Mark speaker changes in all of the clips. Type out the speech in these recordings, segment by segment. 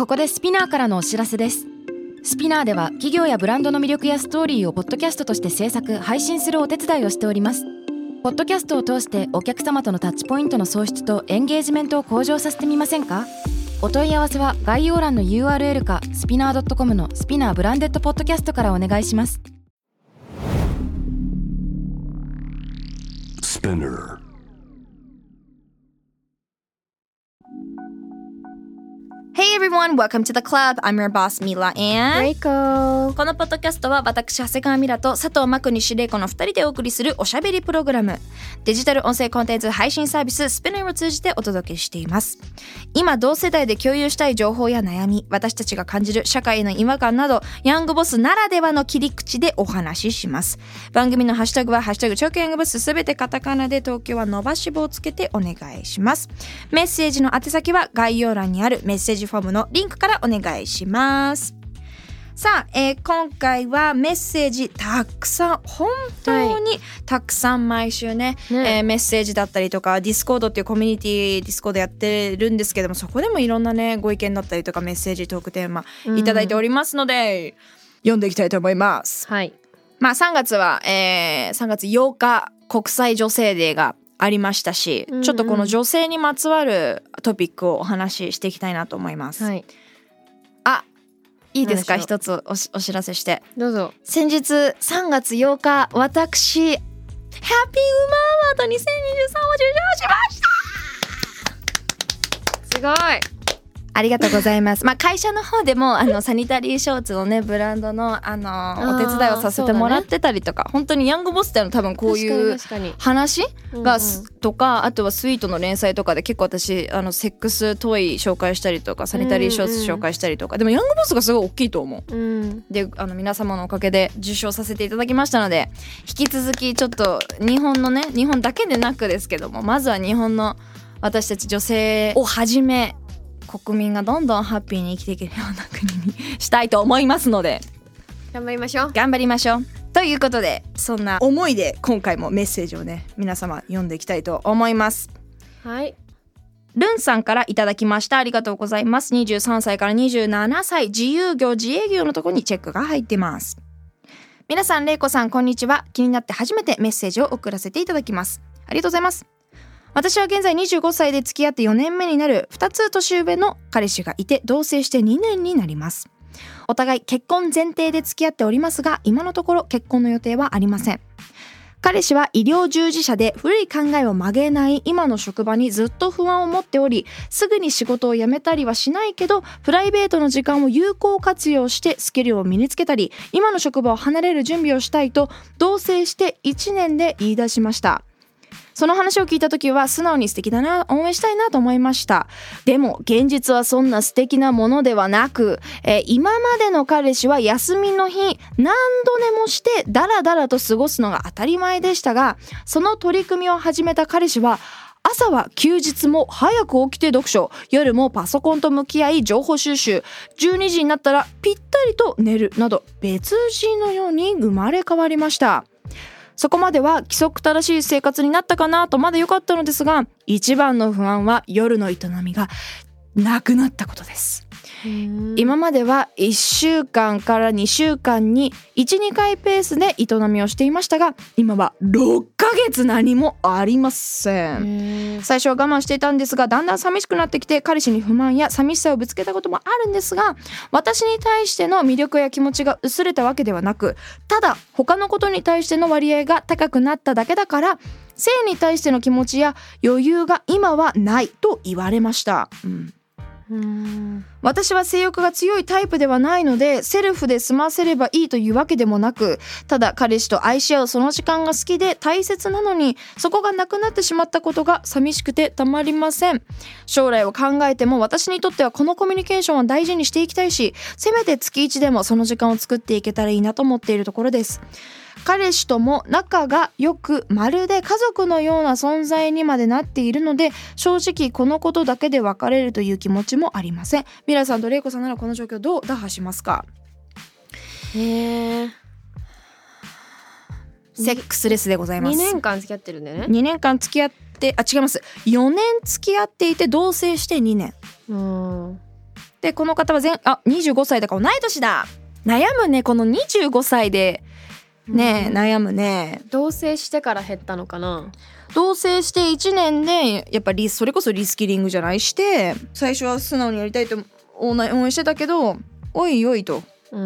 Speaker 1: ここでスピナーからのお知らせです。スピナーでは企業やブランドの魅力やストーリーをポッドキャストとして制作・配信するお手伝いをしております。ポッドキャストを通してお客様とのタッチポイントの創出とエンゲージメントを向上させてみませんか？お問い合わせは概要欄の URL かスピナー .com のスピナーブランデッドポッドキャストからお願いします。
Speaker 2: Spinner.
Speaker 3: Hey everyone, welcome to the club. I'm your boss Mila and
Speaker 4: Reiko。
Speaker 3: このポッドキャストは私長谷川ミラと佐藤真国司令子の2人でお送りするおしゃべりプログラム。デジタル音声コンテンツ配信サービススピナーを通じてお届けしています。今同世代で共有したい情報や悩み、私たちが感じる社会への違和感など、ヤングボスならではの切り口でお話しします。番組のハッシュタグはハッシュタグ超級ヤングボス、すべてカタカナで、東京は伸ばし棒をつけてお願いします。メッセージの宛先は概要欄にあるメッセージフォームのリンクからお願いします。さあ、今回はメッセージたくさん、本当にたくさん毎週ね、メッセージだったりとか、ディスコードっていうコミュニティ、ディスコードやってるんですけども、そこでもいろんなねご意見だったりとかメッセージトークテーマいただいておりますので、読んでいきたいと思います。
Speaker 4: はい。
Speaker 3: 3月は、3月8日国際女性デーがありましたし、ちょっとこの女性にまつわるトピックをお話ししていきたいなと思います。
Speaker 4: はい。
Speaker 3: いいですか？一つお知らせして。
Speaker 4: どうぞ。
Speaker 3: 先日3月8日、私ハッピーウーマンアワード2023を受賞しました。
Speaker 4: すごい。
Speaker 3: ありがとうございます。会社の方でもサニタリーショーツのねブランドのお手伝いをさせてもらってたりとか、本当にヤングボスって多分こういう話がとか、あとはスイートの連載とかで結構私セックストイ紹介したりとか、サニタリーショーツ紹介したりとか、でもヤングボスがすごい大きいと思う。で皆様のおかげで受賞させていただきましたので、引き続きちょっと日本だけでなくですけども、まずは日本の私たち女性をはじめ国民がどんどんハッピーに生きていけるような国にしたいと思いますので、
Speaker 4: 頑張りましょう。
Speaker 3: 頑張りましょうということで、そんな思いで今回もメッセージをね皆様読んでいきたいと思います。
Speaker 4: はい。
Speaker 3: ルンさんからいただきました。ありがとうございます。23歳から27歳、自由業自営業のところにチェックが入ってます。皆さん、レイコさん、こんにちは。気になって初めてメッセージを送らせていただきます。ありがとうございます。私は現在25歳で付き合って4年目になる2つ年上の彼氏がいて、同棲して2年になります。お互い結婚前提で付き合っておりますが、今のところ結婚の予定はありません。彼氏は医療従事者で、古い考えを曲げない今の職場にずっと不安を持っており、すぐに仕事を辞めたりはしないけど、プライベートの時間を有効活用してスキルを身につけたり、今の職場を離れる準備をしたいと同棲して1年で言い出しました。その話を聞いた時は素直に素敵だな、応援したいなと思いました。でも現実はそんな素敵なものではなく、今までの彼氏は休みの日何度寝もしてダラダラと過ごすのが当たり前でしたが、その取り組みを始めた彼氏は朝は休日も早く起きて読書、夜もパソコンと向き合い情報収集、12時になったらぴったりと寝るなど、別人のように生まれ変わりました。そこまでは規則正しい生活になったかなとまだ良かったのですが、一番の不安は夜の営みがなくなったことです。今までは1週間から2週間に 1,2 回ペースで営みをしていましたが、今は6ヶ月何もありません。最初は我慢していたんですが、だんだん寂しくなってきて、彼氏に不満や寂しさをぶつけたこともあるんですが、私に対しての魅力や気持ちが薄れたわけではなく、ただ他のことに対しての割合が高くなっただけだから、性に対しての気持ちや余裕が今はないと言われました。私は性欲が強いタイプではないので、セルフで済ませればいいというわけでもなく、ただ彼氏と愛し合うその時間が好きで大切なのに、そこがなくなってしまったことが寂しくてたまりません。将来を考えても私にとってはこのコミュニケーションを大事にしていきたいし、せめて月1でもその時間を作っていけたらいいなと思っているところです。彼氏とも仲が良く、まるで家族のような存在にまでなっているので、正直このことだけで別れるという気持ちもありません。ミラさんとレイコさんならこの状況どう打破しますか？セックスレスでございます。
Speaker 4: 2年間付き合ってるんだよね。
Speaker 3: 2年間付き合って、違います。4年付き合っていて同棲して2年。 でこの方は25歳だから同い年だ。悩むね、この25歳でね、悩むね。
Speaker 4: 同棲してから減ったのかな。
Speaker 3: 同棲して1年でやっぱそれこそリスキリングじゃないして最初は素直にやりたいと応援してたけど、おいおいと、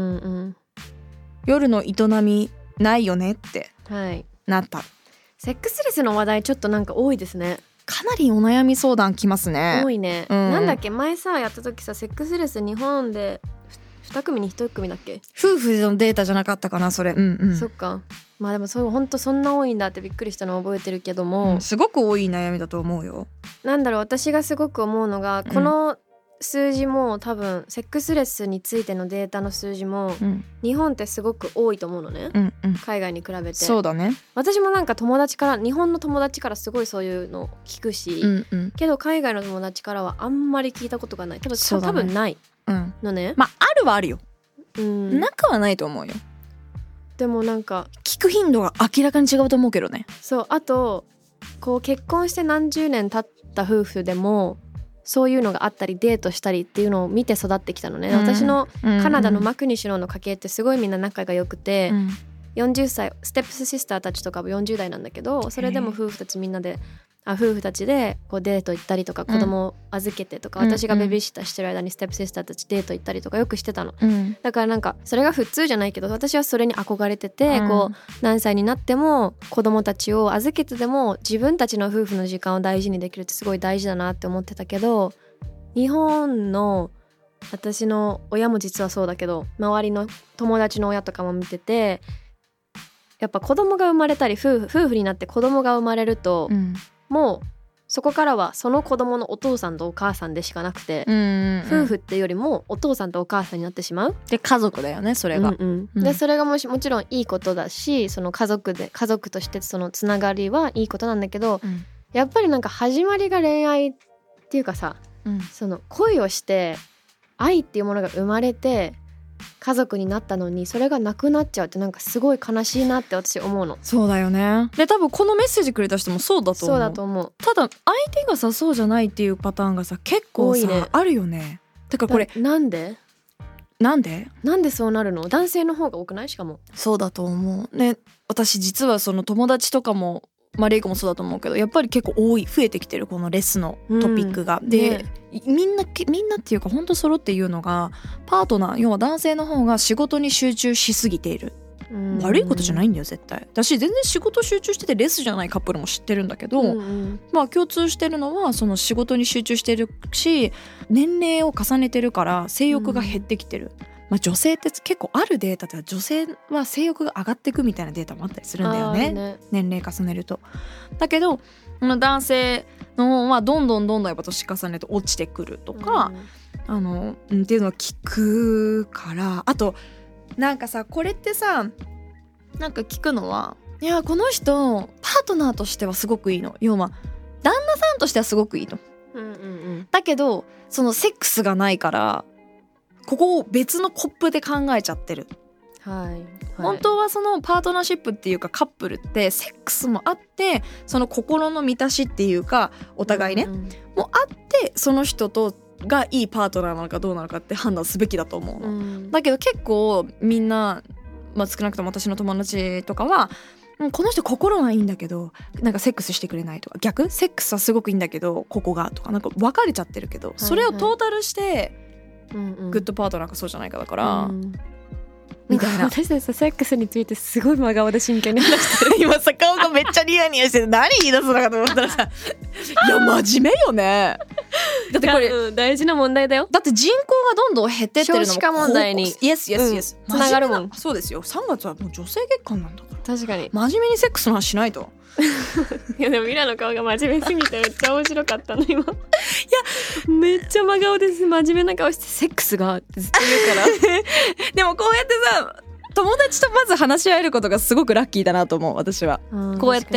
Speaker 3: 夜の営みないよねってなった。
Speaker 4: セックスレスの話題ちょっとなんか多いですね。
Speaker 3: かなりお悩み相談きますね。
Speaker 4: 多いね、なんだっけ前さやった時さ、セックスレス日本で2組に1組だっけ。
Speaker 3: 夫婦のデータじゃなかったかなそれ。
Speaker 4: そっか。まあでもそう本当そんな多いんだってびっくりしたのを覚えてるけども、
Speaker 3: すごく多い悩みだと思うよ。
Speaker 4: なんだろう、私がすごく思うのが、この数字も多分セックスレスについてのデータの数字も、日本ってすごく多いと思うのね、海外に比べて。
Speaker 3: そうだね。
Speaker 4: 私もなんか日本の友達からすごいそういうの聞くし、けど海外の友達からはあんまり聞いたことがないけど、多分ないのね。
Speaker 3: まああるはあるよ、なくはないと思うよ。
Speaker 4: でもなんか
Speaker 3: 聞く頻度が明らかに違うと思うけどね。
Speaker 4: そう、あとこう結婚して何十年経った夫婦でもそういうのがあったりデートしたりっていうのを見て育ってきたのね、私のカナダのマクニシロンの家系ってすごいみんな仲が良くて、40歳ステップスシスターたちとかも40代なんだけど、それでも夫婦たちでこうデート行ったりとか、子供を預けてとか、私がベビーシッターしてる間にステップシスターたちデート行ったりとかよくしてたの、だからなんかそれが普通じゃないけど、私はそれに憧れてて、こう何歳になっても子供たちを預けてでも自分たちの夫婦の時間を大事にできるってすごい大事だなって思ってたけど、日本の私の親も実はそうだけど、周りの友達の親とかも見てて、やっぱ子供が生まれたり夫婦になって子供が生まれると、もうそこからはその子供のお父さんとお母さんでしかなくて、夫婦っていうよりもお父さんとお母さんになってしまう。
Speaker 3: で家族だよねそれが、
Speaker 4: でそれがもちろんいいことだし、その家族としてそのつながりはいいことなんだけど、やっぱりなんか始まりが恋愛っていうかさ、その恋をして愛っていうものが生まれて家族になったのにそれがなくなっちゃうってなんかすごい悲しいなって私思うの。
Speaker 3: そうだよね。で多分このメッセージくれた人もそうだと思う。
Speaker 4: そうだと思う。
Speaker 3: ただ相手がさそうじゃないっていうパターンがさ結構さ、あるよね。だからこれ
Speaker 4: なんでそうなるの？男性の方が多くない？しかも
Speaker 3: そうだと思うね。私実はその友達とかもレイコもそうだと思うけど、やっぱり結構増えてきてるこのレスのトピックが、で、みんなっていうか本当揃って言うのが、パートナー要は男性の方が仕事に集中しすぎている、悪いことじゃないんだよ絶対。私全然仕事集中しててレスじゃないカップルも知ってるんだけど、まあ共通してるのはその仕事に集中してるし、年齢を重ねてるから性欲が減ってきてる、まあ、女性って結構あるデータでは女性は性欲が上がっていくみたいなデータもあったりするんだよ ね、年齢重ねると。だけど男性の方はどんどんやっぱ年重ねると落ちてくるとか、っていうのを聞くから。あとなんかさこれってさなんか聞くのは、いやこの人パートナーとしてはすごくいいの、要は旦那さんとしてはすごくいいの、だけどそのセックスがないからここを別のコップで考えちゃってる、本当はそのパートナーシップっていうかカップルってセックスもあってその心の満たしっていうかお互いね、もあってその人とがいいパートナーなのかどうなのかって判断すべきだと思うの、だけど結構みんな、少なくとも私の友達とかはこの人心はいいんだけどなんかセックスしてくれないとか、逆セックスはすごくいいんだけどここがとかなんか分かれちゃってるけど、それをトータルしてグッドパートナーかそうじゃないかだから、みたいな。
Speaker 4: 私たちさセックスについてすごい真顔で真剣に話してる
Speaker 3: 今さ顔がめっちゃニヤニヤしてて何言い出すのかと思ったらさいや真面目よね。だってこれ、
Speaker 4: 大事な問題だよ。
Speaker 3: だって人口がどんどん減ってってるのも
Speaker 4: 少子化問題に
Speaker 3: イエス
Speaker 4: つながるもん。
Speaker 3: そうですよ。3月はもう女性月間なんだから。
Speaker 4: 確かに
Speaker 3: 真面目にセックスの話しないと
Speaker 4: いやでもミラの顔が真面目すぎてめっちゃ面白かったの今。いやめっちゃ真顔です。真面目な顔してセックスがってずっと言うから
Speaker 3: でもこうやってさ友達とまず話し合えることがすごくラッキーだなと思う私は。こうやって、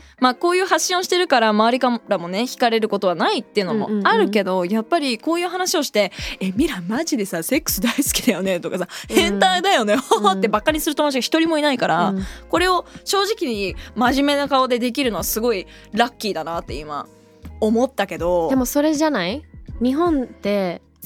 Speaker 3: こういう発信をしてるから周りからもね惹かれることはないっていうのもあるけど、やっぱりこういう話をしてミラマジでさセックス大好きだよねとかさ、変態だよねってバカにする友達が一人もいないから、これを正直に真面目な顔でできるのはすごいラッキーだなって今思ったけど。
Speaker 4: でもそれじゃない？日本って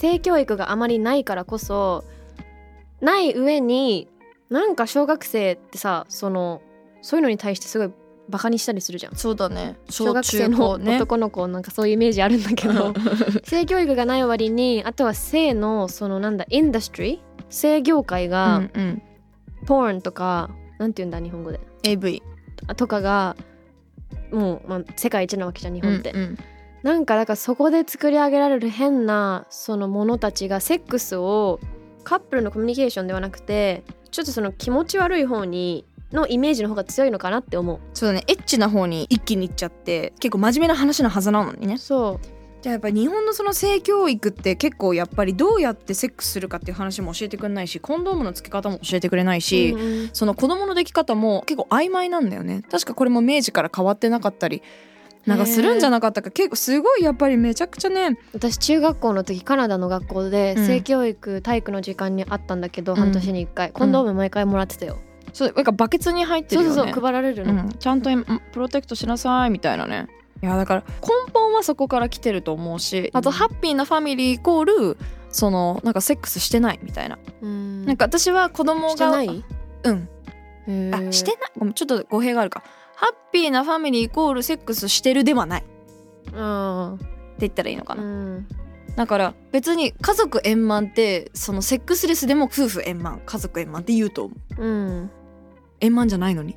Speaker 4: 性教育があまりないからこそ、ない上になんか小学生ってさ、そういうのに対してすごいバカにしたりするじゃん。
Speaker 3: そうだね。
Speaker 4: 小学生の男の子なんかそういうイメージあるんだけど性教育がない割に、あとは性のインダストリー、性業界が、ポーンとかなんて言うんだ日本語で
Speaker 3: AV
Speaker 4: とかがもう、世界一なわけじゃん日本って、なんかだからそこで作り上げられる変なものたちがセックスをカップルのコミュニケーションではなくて、ちょっと気持ち悪い方にのイメージの方が強いのかなって思う。
Speaker 3: そうだね。エッチな方に一気にいっちゃって、結構真面目な話のはずなのにね。
Speaker 4: そう
Speaker 3: じゃあやっぱり日本のその性教育って結構やっぱりどうやってセックスするかっていう話も教えてくれないし、コンドームの付け方も教えてくれないし、その子供のでき方も結構曖昧なんだよね。確かこれも明治から変わってなかったりなんかするんじゃなかったか。結構すごいやっぱりめちゃくちゃね。
Speaker 4: 私中学校の時カナダの学校で性教育、体育の時間にあったんだけど、半年に1回コンドーム毎回もらってたよ。
Speaker 3: そうなんかバケツに入ってるよね。
Speaker 4: そう配られるの、
Speaker 3: ちゃんとプロテクトしなさいみたいなね。いやだから根本はそこから来てると思うし、あとハッピーなファミリーイコールなんかセックスしてないみたいな。なんか私は子供が
Speaker 4: してない？
Speaker 3: してない。ごめん、ちょっと語弊があるか。ハッピーなファミリーイコールセックスしてるではないって言ったらいいのかな。だから別に家族円満ってセックスレスでも夫婦円満、家族円満って言うと思う。円満じゃないのに。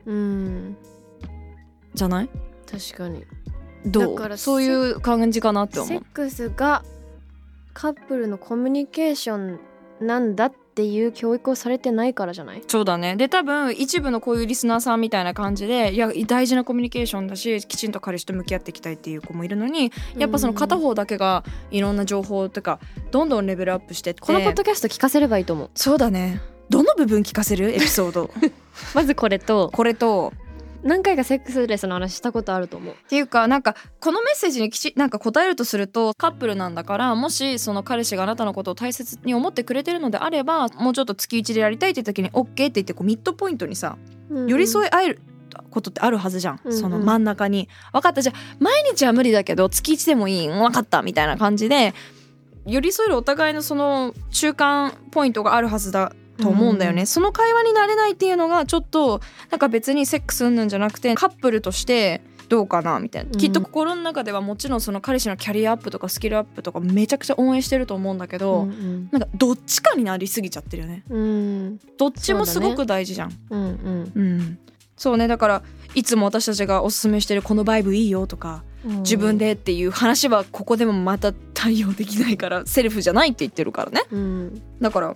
Speaker 3: じゃない？
Speaker 4: 確かに。
Speaker 3: どう？だからそういう感じかなって思う。
Speaker 4: セックスがカップルのコミュニケーションなんだっていう教育をされてないからじゃない？
Speaker 3: そうだね。で多分一部のこういうリスナーさんみたいな感じで、いや大事なコミュニケーションだし、きちんと彼氏と向き合っていきたいっていう子もいるのに、やっぱ片方だけがいろんな情報とかどんどんレベルアップしてって、
Speaker 4: このポッドキャスト聞かせればいいと思う。
Speaker 3: そうだね。どの部分聞かせる？エピソード
Speaker 4: まずこれと何回かセックスレスの話したことあると思う。
Speaker 3: っていうか、なんかこのメッセージになんか答えるとすると、カップルなんだから、もし彼氏があなたのことを大切に思ってくれてるのであれば、もうちょっと月1でやりたいって言った時に OK って言ってミッドポイントにさ、寄り添い合えることってあるはずじゃん。真ん中に分かった、じゃあ毎日は無理だけど月1でもいい、分かったみたいな感じで寄り添えるお互いの中間ポイントがあるはずだと思うんだよね。その会話になれないっていうのがちょっとなんか別にセックスうんぬんじゃなくて、カップルとしてどうかなみたいな、きっと心の中ではもちろん彼氏のキャリアアップとかスキルアップとかめちゃくちゃ応援してると思うんだけど、なんかどっちかになりすぎちゃってるよね。どっちもすごく大事じゃん。そうね。だからいつも私たちがおすすめしてるこのバイブいいよとか、自分でっていう話はここでもまた対応できないから、セルフじゃないって言ってるからね。だから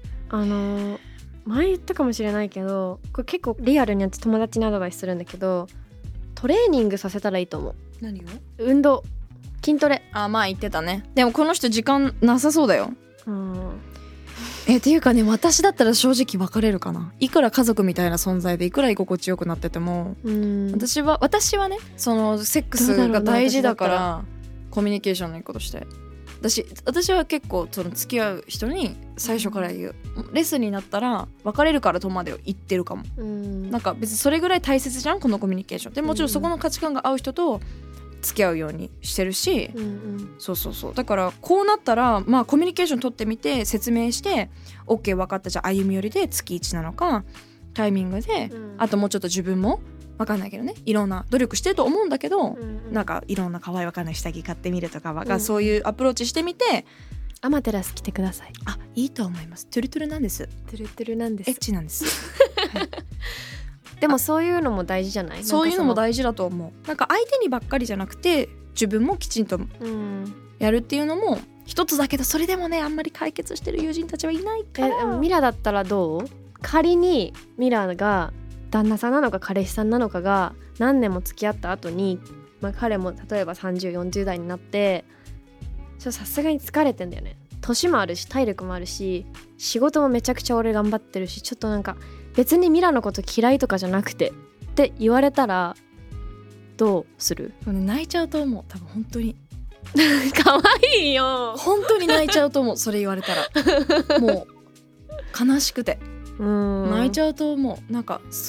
Speaker 4: 前言ったかもしれないけど、これ結構リアルにやって友達にアドバイスするんだけど、トレーニングさせたらいいと思う。
Speaker 3: 何を？
Speaker 4: 運動、筋トレ。
Speaker 3: 言ってたね。でもこの人時間なさそうだよ。っていうかね、私だったら正直別れるかな。いくら家族みたいな存在でいくら居心地よくなってても、私はねセックスが大事だからコミュニケーションの一個として私は結構付き合う人に最初から言う、レスになったら別れるからとまで言ってるかも。なんか別にそれぐらい大切じゃん、このコミュニケーションで。もちろんそこの価値観が合う人と付き合うようにしてるし、そうだからこうなったらコミュニケーション取ってみて説明して OK 分かった、じゃあ歩み寄りで月1なのかタイミングで、あともうちょっと自分も分かんないけどね、いろんな努力してると思うんだけど、なんかいろんな可愛い分かんない下着買ってみるとか、そういうアプローチしてみて、
Speaker 4: アマテラス来てください。
Speaker 3: いいと思います。トゥルトゥルなんです。
Speaker 4: トゥルトゥルなんです。
Speaker 3: エッチなんです、はい、
Speaker 4: でもそういうのも大事じゃない？
Speaker 3: そういうのも大事だと思う。なんか相手にばっかりじゃなくて自分もきちんとやるっていうのも一つだけど、それでもねあんまり解決してる友人たちはいないから。
Speaker 4: ミラだったらどう？仮にミラが旦那さんなのか彼氏さんなのかが何年も付き合った後に、彼も例えば30、40代になってさすがに疲れてんだよね。年もあるし体力もあるし仕事もめちゃくちゃ俺頑張ってるし、ちょっとなんか別にミラのこと嫌いとかじゃなくてって言われたらどうする？
Speaker 3: 泣いちゃうと思う。多分本当に
Speaker 4: 可愛いよ。
Speaker 3: 本当に泣いちゃうと思う。それ言われたらもう悲しくて泣いちゃうと思う。なんか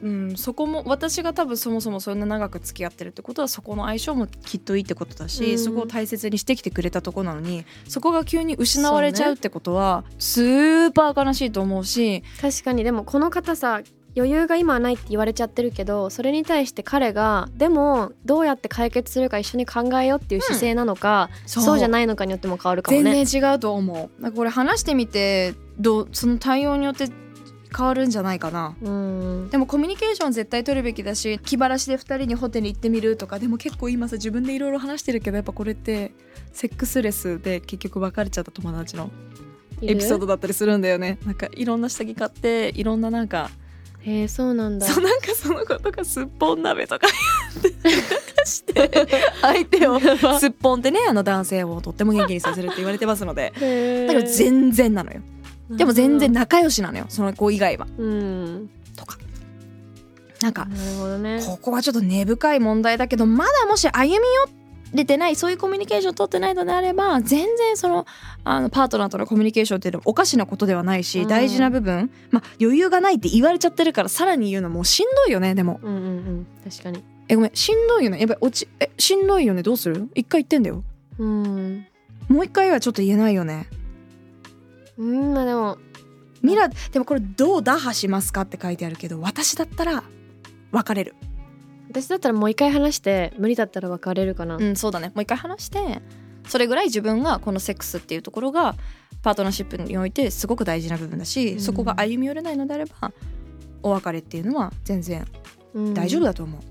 Speaker 3: そこも私が多分そもそもそんな長く付き合ってるってことはそこの相性もきっといいってことだし、そこを大切にしてきてくれたとこなのにそこが急に失われちゃうってことはスーパー悲しいと思うし、
Speaker 4: 確かに。でもこの方さ余裕が今はないって言われちゃってるけど、それに対して彼がでもどうやって解決するか一緒に考えようっていう姿勢なのか、そうじゃないのかによっても変わるかもね。
Speaker 3: 全然違うと思う。なんかこれ話してみてその対応によって変わるんじゃないかな。でもコミュニケーション絶対取るべきだし、気晴らしで2人にホテル行ってみるとか、でも結構今さ自分でいろいろ話してるけど、やっぱこれってセックスレスで結局別れちゃった友達のエピソードだったりするんだよね。なんかいろんな下着買っていろんななんか
Speaker 4: そうなんだ。
Speaker 3: そうなんかその子とかすっぽん鍋とかして相手をすっぽんってね、男性をとっても元気にさせるって言われてますので、だから全然なのよ。でも全然仲良しなのよ、その子以外は。とかなんか、
Speaker 4: なるほどね、
Speaker 3: ここはちょっと根深い問題だけど、まだもし歩み寄れてない、そういうコミュニケーション取ってないのであれば、全然そのパートナーとのコミュニケーションっていうのはおかしなことではないし、大事な部分、余裕がないって言われちゃってるからさらに言うのもうしんどいよね。でも
Speaker 4: 確かに。
Speaker 3: ごめん、しんどいよね。やっぱりしんどいよね。どうする？一回言ってんだよ。もう一回はちょっと言えないよね。
Speaker 4: でも
Speaker 3: でもこれどう打破しますかって書いてあるけど、私だったら別れる。
Speaker 4: 私だったらもう一回話して、無理だったら別れるかな。
Speaker 3: そうだね。もう一回話して、それぐらい自分がこのセックスっていうところがパートナーシップにおいてすごく大事な部分だし、そこが歩み寄れないのであればお別れっていうのは全然大丈夫だと思う。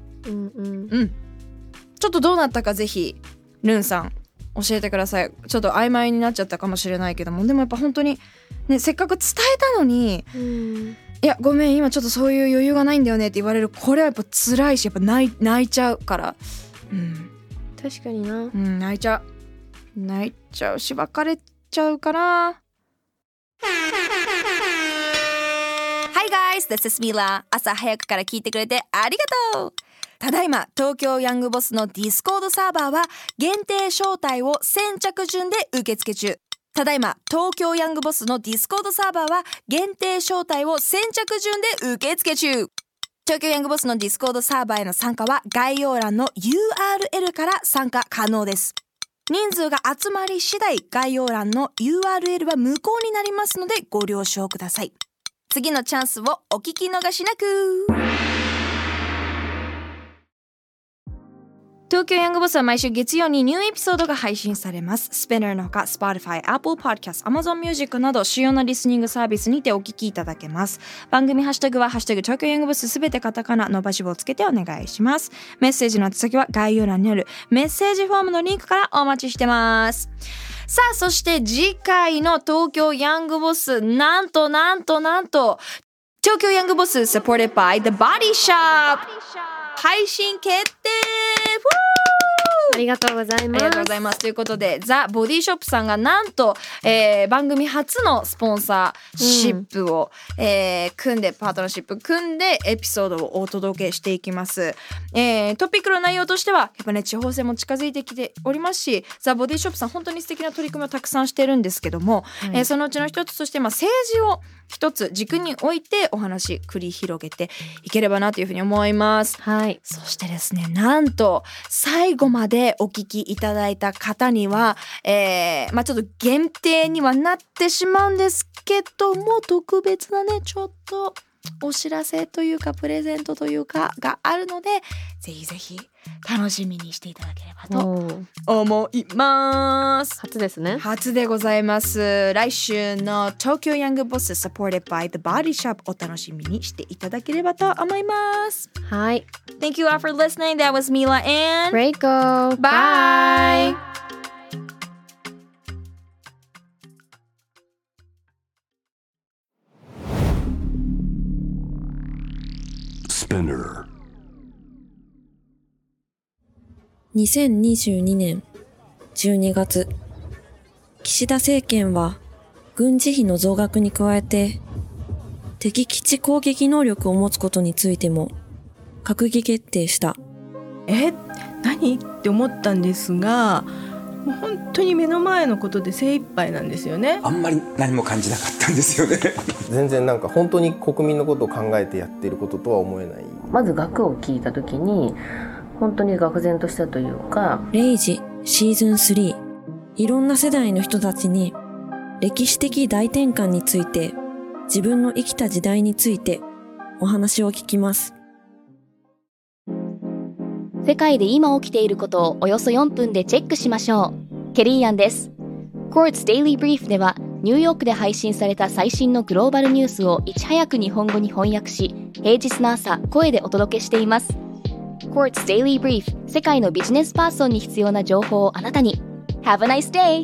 Speaker 3: ちょっとどうなったかぜひルンさん教えてください。ちょっと曖昧になっちゃったかもしれないけども、でもやっぱ本当にね、せっかく伝えたのに、いやごめん今ちょっとそういう余裕がないんだよねって言われる、これはやっぱ辛いし、やっぱ泣いちゃうから、
Speaker 4: 確かにな、
Speaker 3: 泣いちゃうし別れちゃうかな。Hi guys, this is Mila. 朝早くから聞いてくれてありがとう。ただいま東京ヤングボスのディスコードサーバーは限定招待を先着順で受付中。ただいま東京ヤングボスのディスコードサーバーは限定招待を先着順で受付中。東京ヤングボスのディスコードサーバーへの参加は概要欄の URL から参加可能です。人数が集まり次第概要欄の URL は無効になりますのでご了承ください。次のチャンスをお聞き逃しなく。東京ヤングボスは毎週月曜にニューエピソードが配信されます。スピナーのほか Spotify、Apple Podcast、Amazon Music など主要なリスニングサービスにてお聞きいただけます。番組ハッシュタグはハッシュタグ東京ヤングボスすべてカタカナ伸ばし棒をつけてお願いします。メッセージの宛先は概要欄にあるメッセージフォームのリンクからお待ちしてます。さあそして次回の東京ヤングボス、なんと東京ヤングボス supported by The Body Shop 配信決定。
Speaker 4: ありがとうございます。
Speaker 3: ありがとうございます。ということでザ・ボディショップさんがなんと、番組初のスポンサーシップを、組んでパートナーシップ組んでエピソードをお届けしていきます。トピックの内容としてはやっぱね地方戦も近づいてきておりますし、ザ・ボディショップさん本当に素敵な取り組みをたくさんしてるんですけども、そのうちの一つとして、政治を一つ軸に置いてお話繰り広げていければなというふうに思います。そしてですね、なんと最後までお聞きいただいた方には、ちょっと限定にはなってしまうんですけども、特別なねちょっとお知らせというかプレゼントというかがあるので、ぜひぜひ楽しみにしていただければと思います。
Speaker 4: 初ですね。
Speaker 3: 初でございます。来週の東京ヤングボス supported by The Body Shop お楽しみにしていただければと思います。
Speaker 4: はい。
Speaker 3: Thank you all for listening. That was Mila and
Speaker 4: Reiko.
Speaker 3: Bye.
Speaker 2: Spinner
Speaker 5: 2022年12月、岸田政権は軍事費の増額に加えて敵基地攻撃能力を持つことについても閣議決定した。
Speaker 6: 何って思ったんですが、もう本当
Speaker 2: 当に目の前のことで精一杯なんですよね。
Speaker 6: あんまり何も感じなかったんですよね
Speaker 7: 全然なんか本当に国民のことを考えてやっていることとは思えない。
Speaker 8: まず学を聞いた時に本当に愕然としたというか、
Speaker 5: レイジシーズン3、いろんな世代の人たちに歴史的大転換について、自分の生きた時代についてお話を聞きます。
Speaker 9: 世界で今起きていることをおよそ4分でチェックしましょう。ケリーアンです。Quartz Daily Brief ではニューヨークで配信された最新のグローバルニュースをいち早く日本語に翻訳し、平日の朝声でお届けしています。Quartz Daily Brief、 世界のビジネスパーソンに必要な情報をあなたに。 Have a nice day!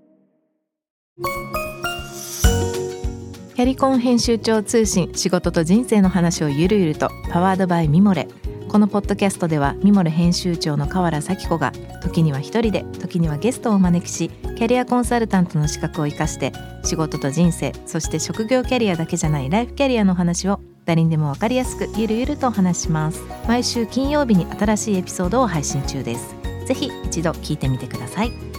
Speaker 1: キャリコン編集長通信、仕事と人生の話をゆるゆると、パワードバイミモレ。このポッドキャストではミモレ編集長の河原咲子が時には一人で、時にはゲストをお招きし、キャリアコンサルタントの資格を生かして仕事と人生、そして職業キャリアだけじゃないライフキャリアの話を誰にでも分かりやすくゆるゆるとお話します。毎週金曜日に新しいエピソードを配信中です。ぜひ一度聞いてみてください。